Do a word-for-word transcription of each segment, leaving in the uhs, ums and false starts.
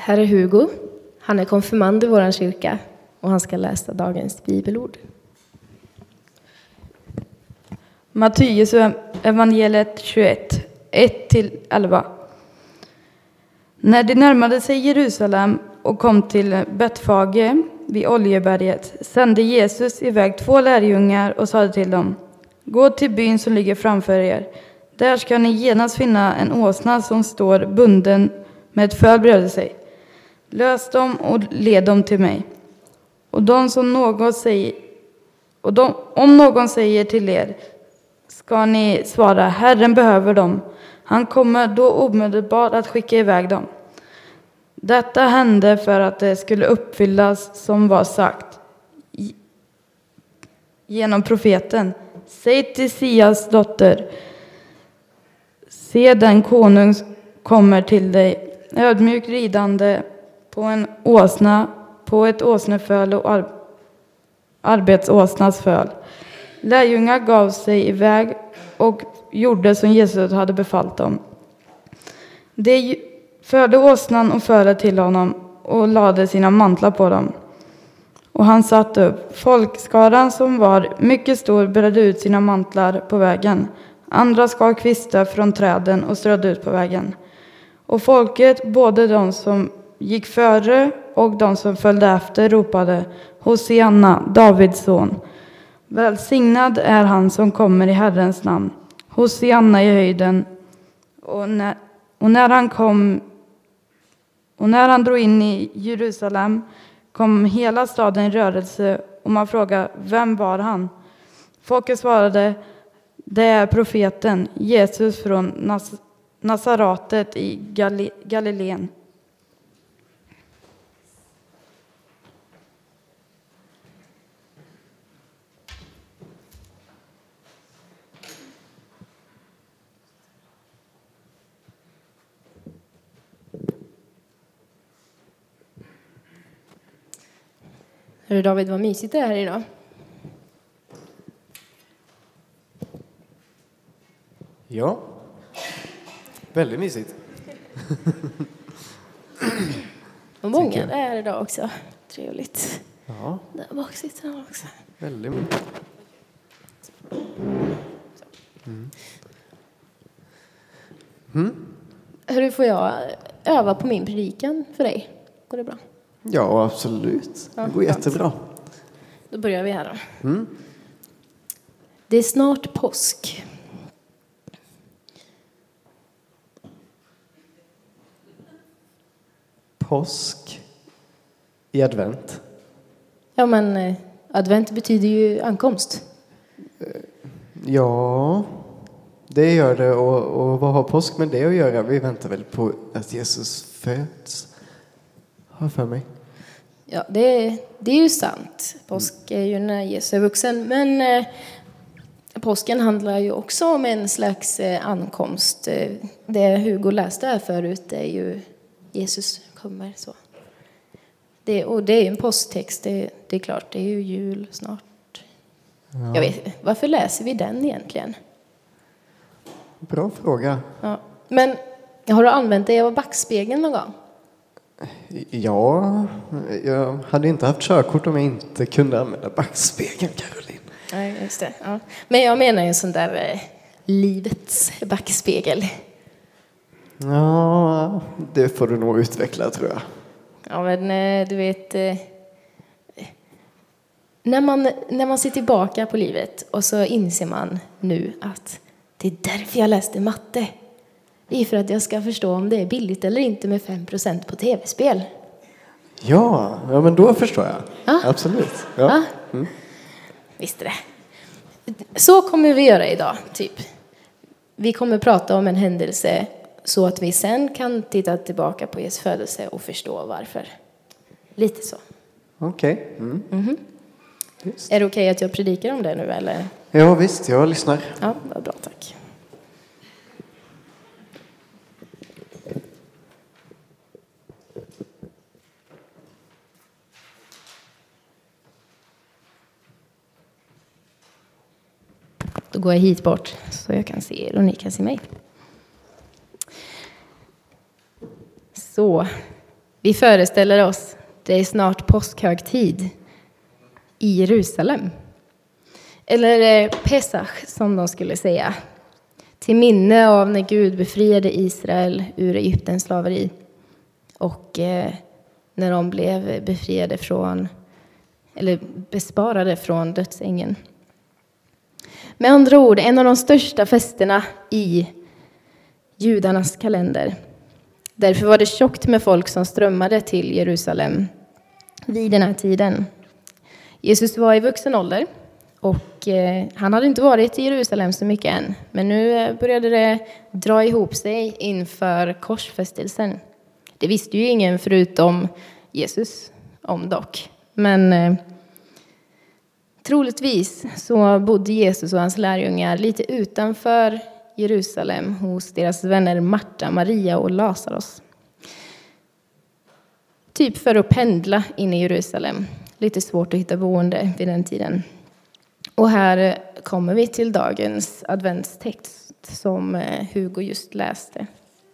här är Hugo. Han är konfirmand i vår kyrka och han ska läsa dagens bibelord. Matteus evangeliet tjugoett, ett till elva. När de närmade sig Jerusalem och kom till Betfage vid Oljeberget sände Jesus iväg två lärjungar och sade till dem: gå till byn som ligger framför er. Där ska ni genast finna en åsna som står bunden med ett föl bredvid sig. Lös dem och led dem till mig. Och, de som någon säger, och de, om någon säger till er, ska ni svara: Herren behöver dem. Han kommer då omedelbart att skicka iväg dem. Detta hände för att det skulle uppfyllas som var sagt genom profeten. Säg till Sias dotter: se, den konung kommer till dig, ödmjukt ridande på en åsna, på ett åsneföl och ar- arbetsåsnas föl. Lärjungar gav sig iväg och gjorde som Jesus hade befallt dem. De förde åsnan och fölet till honom och lade sina mantlar på dem. Och han satt upp. Folkskaran, som var mycket stor, bredde ut sina mantlar på vägen. Andra skar kvistar från träden och strödde ut på vägen. Och folket, både de som gick före och de som följde efter, ropade: Hosianna, Davids son. Välsignad är han som kommer i Herrens namn. Hosianna i höjden. Och när, och när han kom och när han drog in i Jerusalem kom hela staden i rörelse, och man frågade: vem var han? Folket svarade: det är profeten Jesus från Nas- Nasaratet i Gali- Galileen. Hörru David, vad mysigt det är här idag. Ja, väldigt mysigt. Och många det är här idag också. Trevligt. Ja, Där bak sitter han också. väldigt mycket. Mm. Mm. Hörru, får jag öva på min predikan för dig? Går det bra? Ja, absolut. Ja, Det går jättebra. Då börjar vi här då. Mm. Det är snart påsk. Påsk i advent. Ja, men eh, advent betyder ju ankomst. Ja, det gör det. Och, och vad har påsk med det att göra? Vi väntar väl på att Jesus föds. Har för mig. Ja, det, det är ju sant. Påsk är ju när Jesus är vuxen. Men eh, påsken handlar ju också om en slags eh, ankomst. Eh, det Hugo läste här förut är ju Jesus kommer så. Det, och det är ju en påsktext, det, det är klart. Det är ju jul snart. Ja. Jag vet, varför läser vi den egentligen? Bra fråga. Ja. Men har du använt dig av backspegeln någon gång? Ja, jag hade inte haft körkort om jag inte kunde använda backspegeln, Caroline. Nej, just det. Ja. Men jag menar ju en sån där eh, livets backspegel. Ja, det får du nog utveckla, tror jag. Ja, men eh, du vet... Eh, när, man, när man ser tillbaka på livet och så inser man nu att det är därför jag läste matte. Det är för att jag ska förstå om det är billigt eller inte med fem procent på tv-spel. Ja, ja, men då förstår jag. Ja. Absolut. Ja. Ja. Mm. Visst är det. Så kommer vi göra idag, typ. Vi kommer prata om en händelse så att vi sen kan titta tillbaka på Jesu födelse och förstå varför. Lite så. Okej. Okay. Mm. Mm-hmm. Är det okej okay att jag predikar om det nu, eller? Ja, visst. Jag lyssnar. Ja, vad bra, tack. Då går jag hit bort så jag kan se er och ni kan se mig. Så, Vi föreställer oss, det är snart påskhögtid i Jerusalem. Eller Pesach som de skulle säga. Till minne av när Gud befriade Israel ur Egyptens slaveri. Och eh, när de blev befriade från, eller besparade från dödsängeln. Med andra ord, en av de största festerna i judarnas kalender. Därför var det tjockt med folk som strömmade till Jerusalem vid den här tiden. Jesus var i vuxen ålder och eh, han hade inte varit i Jerusalem så mycket än. Men nu började det dra ihop sig inför korsfästelsen. Det visste ju ingen förutom Jesus om dock. Men eh, troligtvis så bodde Jesus och hans lärjungar lite utanför Jerusalem hos deras vänner Marta, Maria och Lazarus. Typ för att pendla in i Jerusalem. Lite svårt att hitta boende vid den tiden. Och här kommer vi till dagens adventstext som Hugo just läste.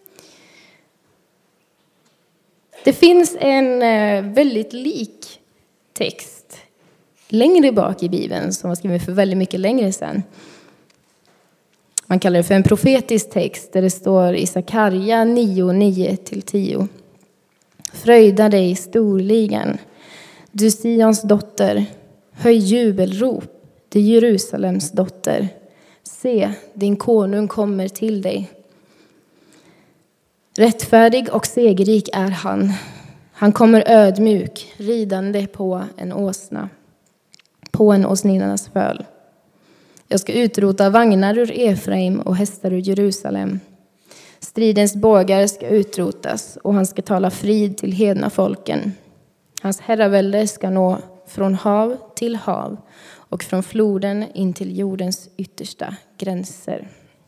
Det finns en väldigt lik text längre bak i Bibeln som var skriven för väldigt mycket längre sedan. Man kallar det för en profetisk text där det står i Sakarja nio, nio till tio. Fröjda dig storligen, du Sions dotter, höj jubelrop, du Jerusalems dotter. Se, din konung kommer till dig. Rättfärdig och segerrik är han. Han kommer ödmjuk, ridande på en åsna, på en åsninnornas föl. Jag ska utrota vagnar ur Efraim och hästar ur Jerusalem. Stridens bågar ska utrotas och han ska tala frid till hedna folken. Hans herravälde ska nå från hav till hav och från floden in till jordens yttersta gränser.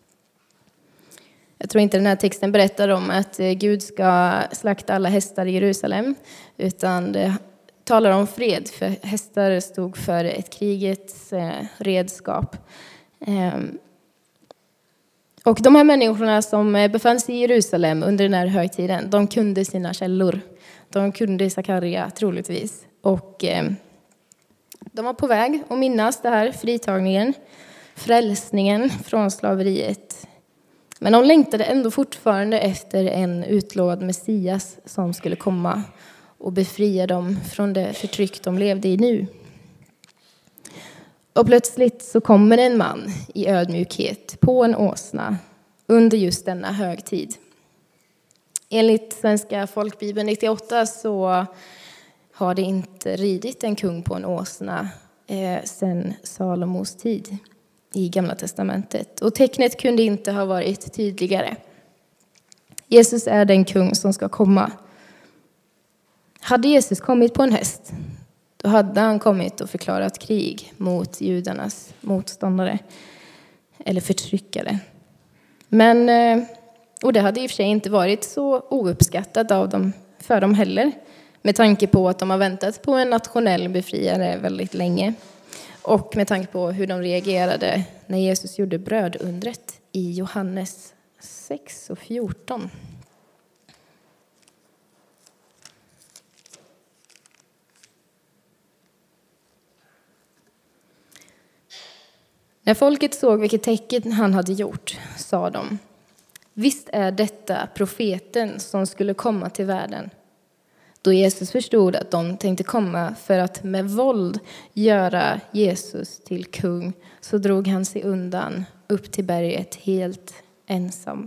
Jag tror inte den här texten berättar om att Gud ska slakta alla hästar i Jerusalem, utan det talar om fred, för hästar stod för ett krigets redskap. Och de här människorna som befann sig i Jerusalem under den här högtiden, de kunde sina källor. De kunde Sakarja troligtvis. Och de var på väg att minnas det här fritagningen, frälsningen från slaveriet. Men de längtade ändå fortfarande efter en utlovad Messias som skulle komma och befria dem från det förtryck de levde i nu. Och plötsligt så kommer en man i ödmjukhet på en åsna under just denna högtid. Enligt Svenska folkbibeln nittioåtta så har det inte ridit en kung på en åsna eh, sedan Salomos tid i Gamla testamentet. Och tecknet kunde inte ha varit tydligare. Jesus är den kung som ska komma. Hade Jesus kommit på en häst, då hade han kommit och förklarat krig mot judarnas motståndare eller förtryckare. Men, och det hade i och för sig inte varit så ouppskattat av dem, för dem heller, med tanke på att de har väntat på en nationell befriare väldigt länge. Och med tanke på hur de reagerade när Jesus gjorde brödundret i Johannes sex och fjorton. När folket såg vilket tecken han hade gjort, sa de: visst är detta profeten som skulle komma till världen. Då Jesus förstod att de tänkte komma för att med våld göra Jesus till kung, så drog han sig undan upp till berget helt ensam.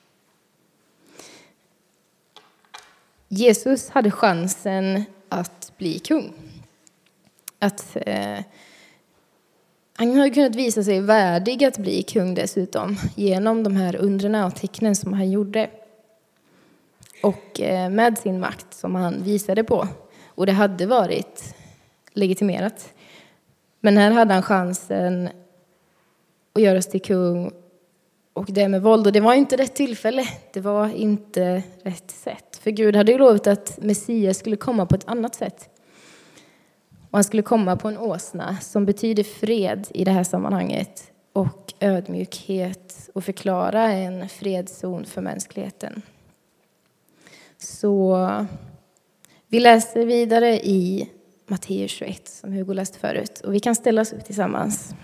Jesus hade chansen att bli kung. Att eh, han hade kunnat visa sig värdig att bli kung dessutom, genom de här undrena och tecknen som han gjorde. Och med sin makt som han visade på. Och det hade varit legitimerat. Men här hade han chansen att göra sig till kung. Och det med våld. Och det var inte rätt tillfälle. Det var inte rätt sätt. För Gud hade ju lovat att Messias skulle komma på ett annat sätt. Och han skulle komma på en åsna som betyder fred i det här sammanhanget. Och ödmjukhet. Och förklara en fredszon för mänskligheten. Så Vi läser vidare i Matteus tjugoett som Hugo läste förut. Och vi kan ställa oss upp tillsammans.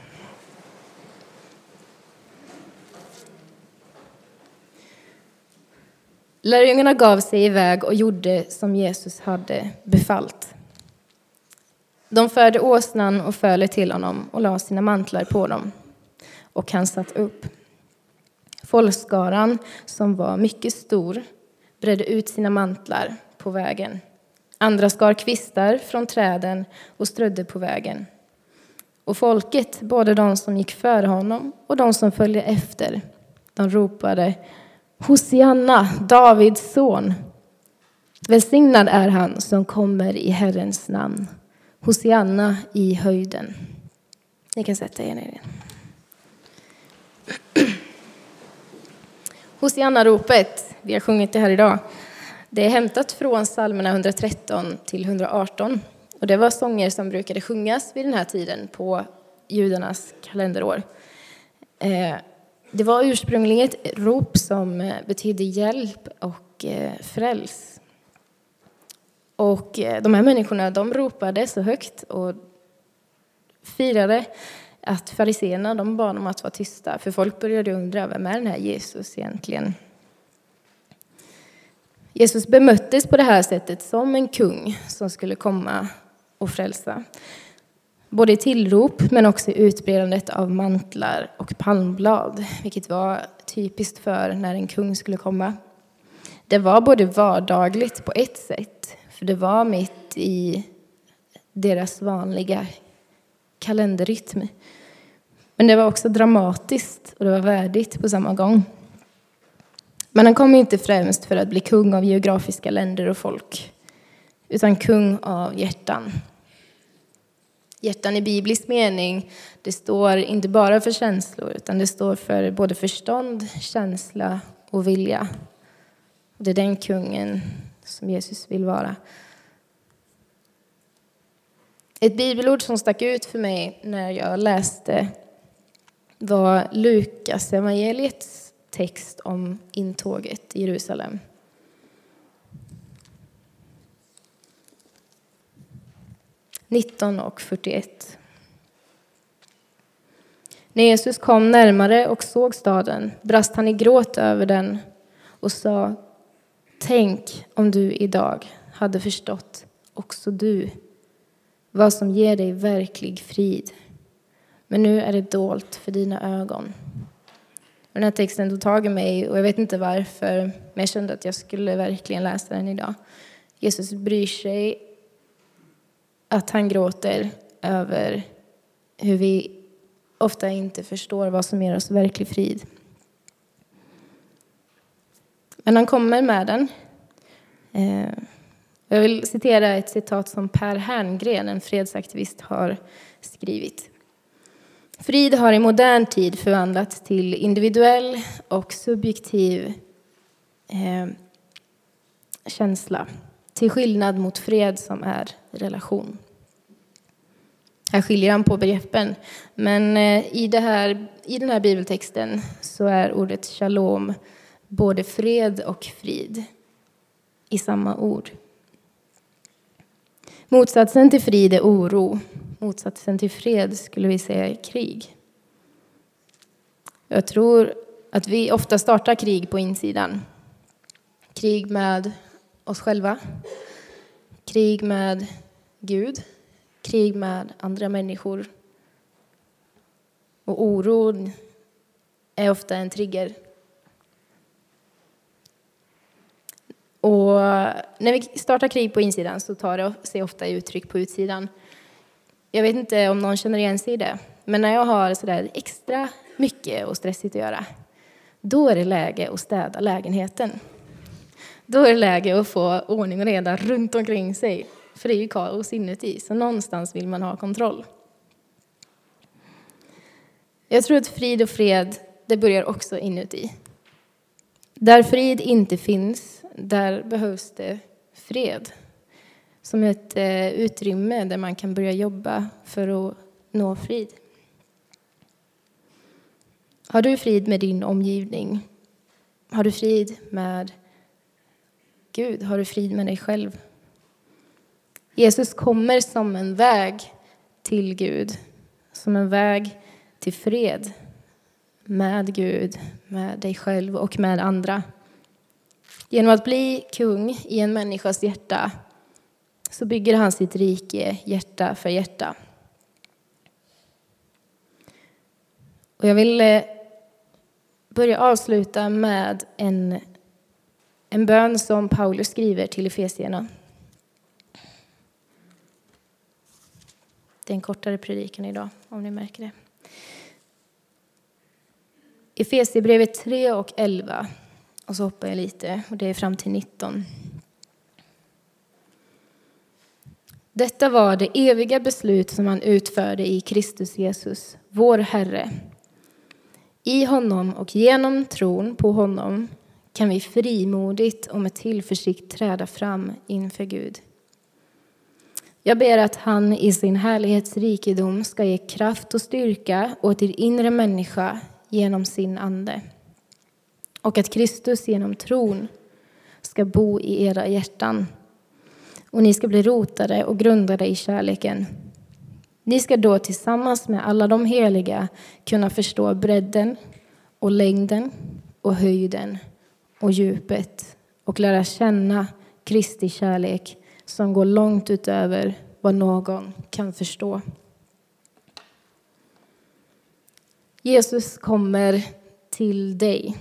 Lärjungarna gav sig iväg och gjorde som Jesus hade befallt. De förde åsnan och föle till honom och la sina mantlar på dem. Och han satt upp. Folkskaran, som var mycket stor, bredde ut sina mantlar på vägen. Andra skar kvistar från träden och strödde på vägen. Och folket, både de som gick före honom och de som följde efter, de ropade: Hosianna, Davids son. Välsignad är han som kommer i Herrens namn. Hosianna i höjden. Ni kan sätta er ner. Hosianna-ropet, vi har sjungit det här idag. Det är hämtat från psalmerna hundratretton till hundraarton. Och det var sånger som brukade sjungas vid den här tiden på judarnas kalenderår. Det var ursprungligen ett rop som betydde hjälp och fräls. Och de här människorna, de ropade så högt och firade att fariséerna, de bad om att vara tysta. För folk började undra, vem är den här Jesus egentligen? Jesus bemöttes på det här sättet som en kung som skulle komma och frälsa. Både i tillrop men också i utbredandet av mantlar och palmblad. Vilket var typiskt för när en kung skulle komma. Det var både vardagligt på ett sätt. För det var mitt i deras vanliga kalenderrytm. Men det var också dramatiskt och det var värdigt på samma gång. Men han kom inte främst för att bli kung av geografiska länder och folk. Utan kung av hjärtan. Hjärtan i biblisk mening, det står inte bara för känslor utan det står för både förstånd, känsla och vilja. Det är den kungen som Jesus vill vara. Ett bibelord som stack ut för mig när jag läste var Lukas evangeliets text om intåget i Jerusalem. nitton och fyrtioett. När Jesus kom närmare och såg staden brast han i gråt över den och sa: Tänk om du idag hade förstått, också du, vad som ger dig verklig frid. Men nu är det dolt för dina ögon. Och den här texten tog tag i mig och jag vet inte varför, men jag kände att jag skulle verkligen läsa den idag. Jesus bryr sig att han gråter över hur vi ofta inte förstår vad som ger oss verklig frid. Men han kommer med den. Jag vill citera ett citat som Per Herngren, en fredsaktivist, har skrivit. Frid har i modern tid förvandlats till individuell och subjektiv eh, känsla. Till skillnad mot fred som är relation. Här skiljer han på begreppen. Men eh, i, det här, i den här bibeltexten så är ordet shalom både fred och frid i samma ord. Motsatsen till frid är oro. Motsatsen till fred skulle vi säga krig. Jag tror att vi ofta startar krig på insidan. Krig med oss själva. Krig med Gud. Krig med andra människor. Och oro är ofta en trigger. Och när vi startar krig på insidan så tar det sig ofta uttryck på utsidan. Jag vet inte om någon känner igen sig i det. Men när jag har sådär extra mycket och stressigt att göra, då är det läge att städa lägenheten. Då är det läge att få ordning och reda runt omkring sig. För det är ju kaos inuti, så någonstans vill man ha kontroll. Jag tror att frid och fred, det börjar också inuti. Där frid inte finns, där behövs det fred. Som ett eh, utrymme där man kan börja jobba för att nå frid. Har du frid med din omgivning? Har du frid med Gud? Har du frid med dig själv? Jesus kommer som en väg till Gud, som en väg till fred med Gud, med dig själv och med andra. Genom att bli kung i en människas hjärta så bygger han sitt rike hjärta för hjärta. Och jag vill börja avsluta med en, en bön som Paulus skriver till Efesierna. Det är en kortare predikan idag, om ni märker det. Efesierbrevet tre och elva. Och så hoppar jag lite, och det är fram till nitton. Detta var det eviga beslut som han utförde i Kristus Jesus, vår Herre. I honom och genom tron på honom kan vi frimodigt och med tillförsikt träda fram inför Gud. Jag ber att han i sin härlighetsrikedom ska ge kraft och styrka åt er inre människa genom sin ande. Och att Kristus genom tron ska bo i era hjärtan. Och ni ska bli rotade och grundade i kärleken. Ni ska då tillsammans med alla de heliga kunna förstå bredden och längden och höjden och djupet. Och lära känna Kristi kärlek som går långt utöver vad någon kan förstå. Jesus kommer till dig.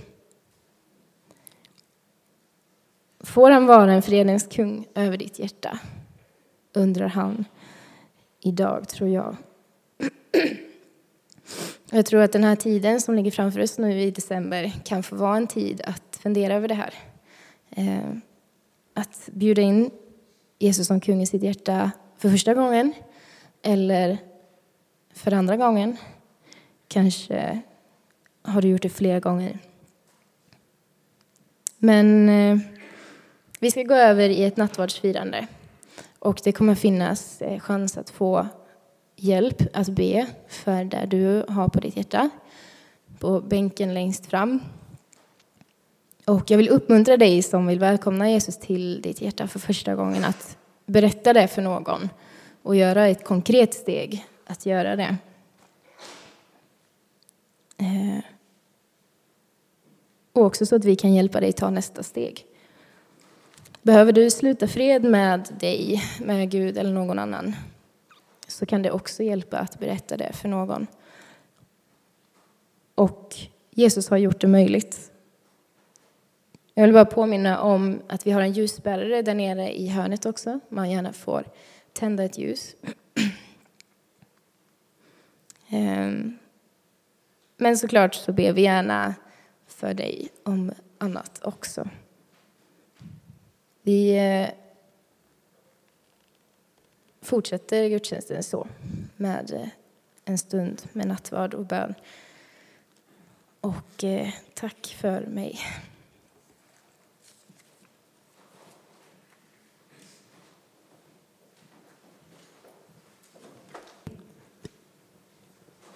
Får han vara en fredens kung över ditt hjärta? Undrar han idag, tror jag. Jag tror att den här tiden som ligger framför oss nu i december kan få vara en tid att fundera över det här. Att bjuda in Jesus som kung i sitt hjärta för första gången eller för andra gången. Kanske har du gjort det flera gånger. Men eh, vi ska gå över i ett nattvardsfirande. Och det kommer finnas eh, chans att få hjälp att be för där du har på ditt hjärta. På bänken längst fram. Och jag vill uppmuntra dig som vill välkomna Jesus till ditt hjärta för första gången att berätta det för någon. Och göra ett konkret steg att göra det. Eh, och också så att vi kan hjälpa dig ta nästa steg. Behöver du sluta fred med dig, med Gud eller någon annan, så kan det också hjälpa att berätta det för någon. Och Jesus har gjort det möjligt. Jag vill bara påminna om att vi har en ljusbärare där nere i hörnet också. Man gärna får tända ett ljus. Men såklart så ber vi gärna för dig om annat också. Vi fortsätter gudstjänsten så med en stund med nattvard och bön. Och tack för mig.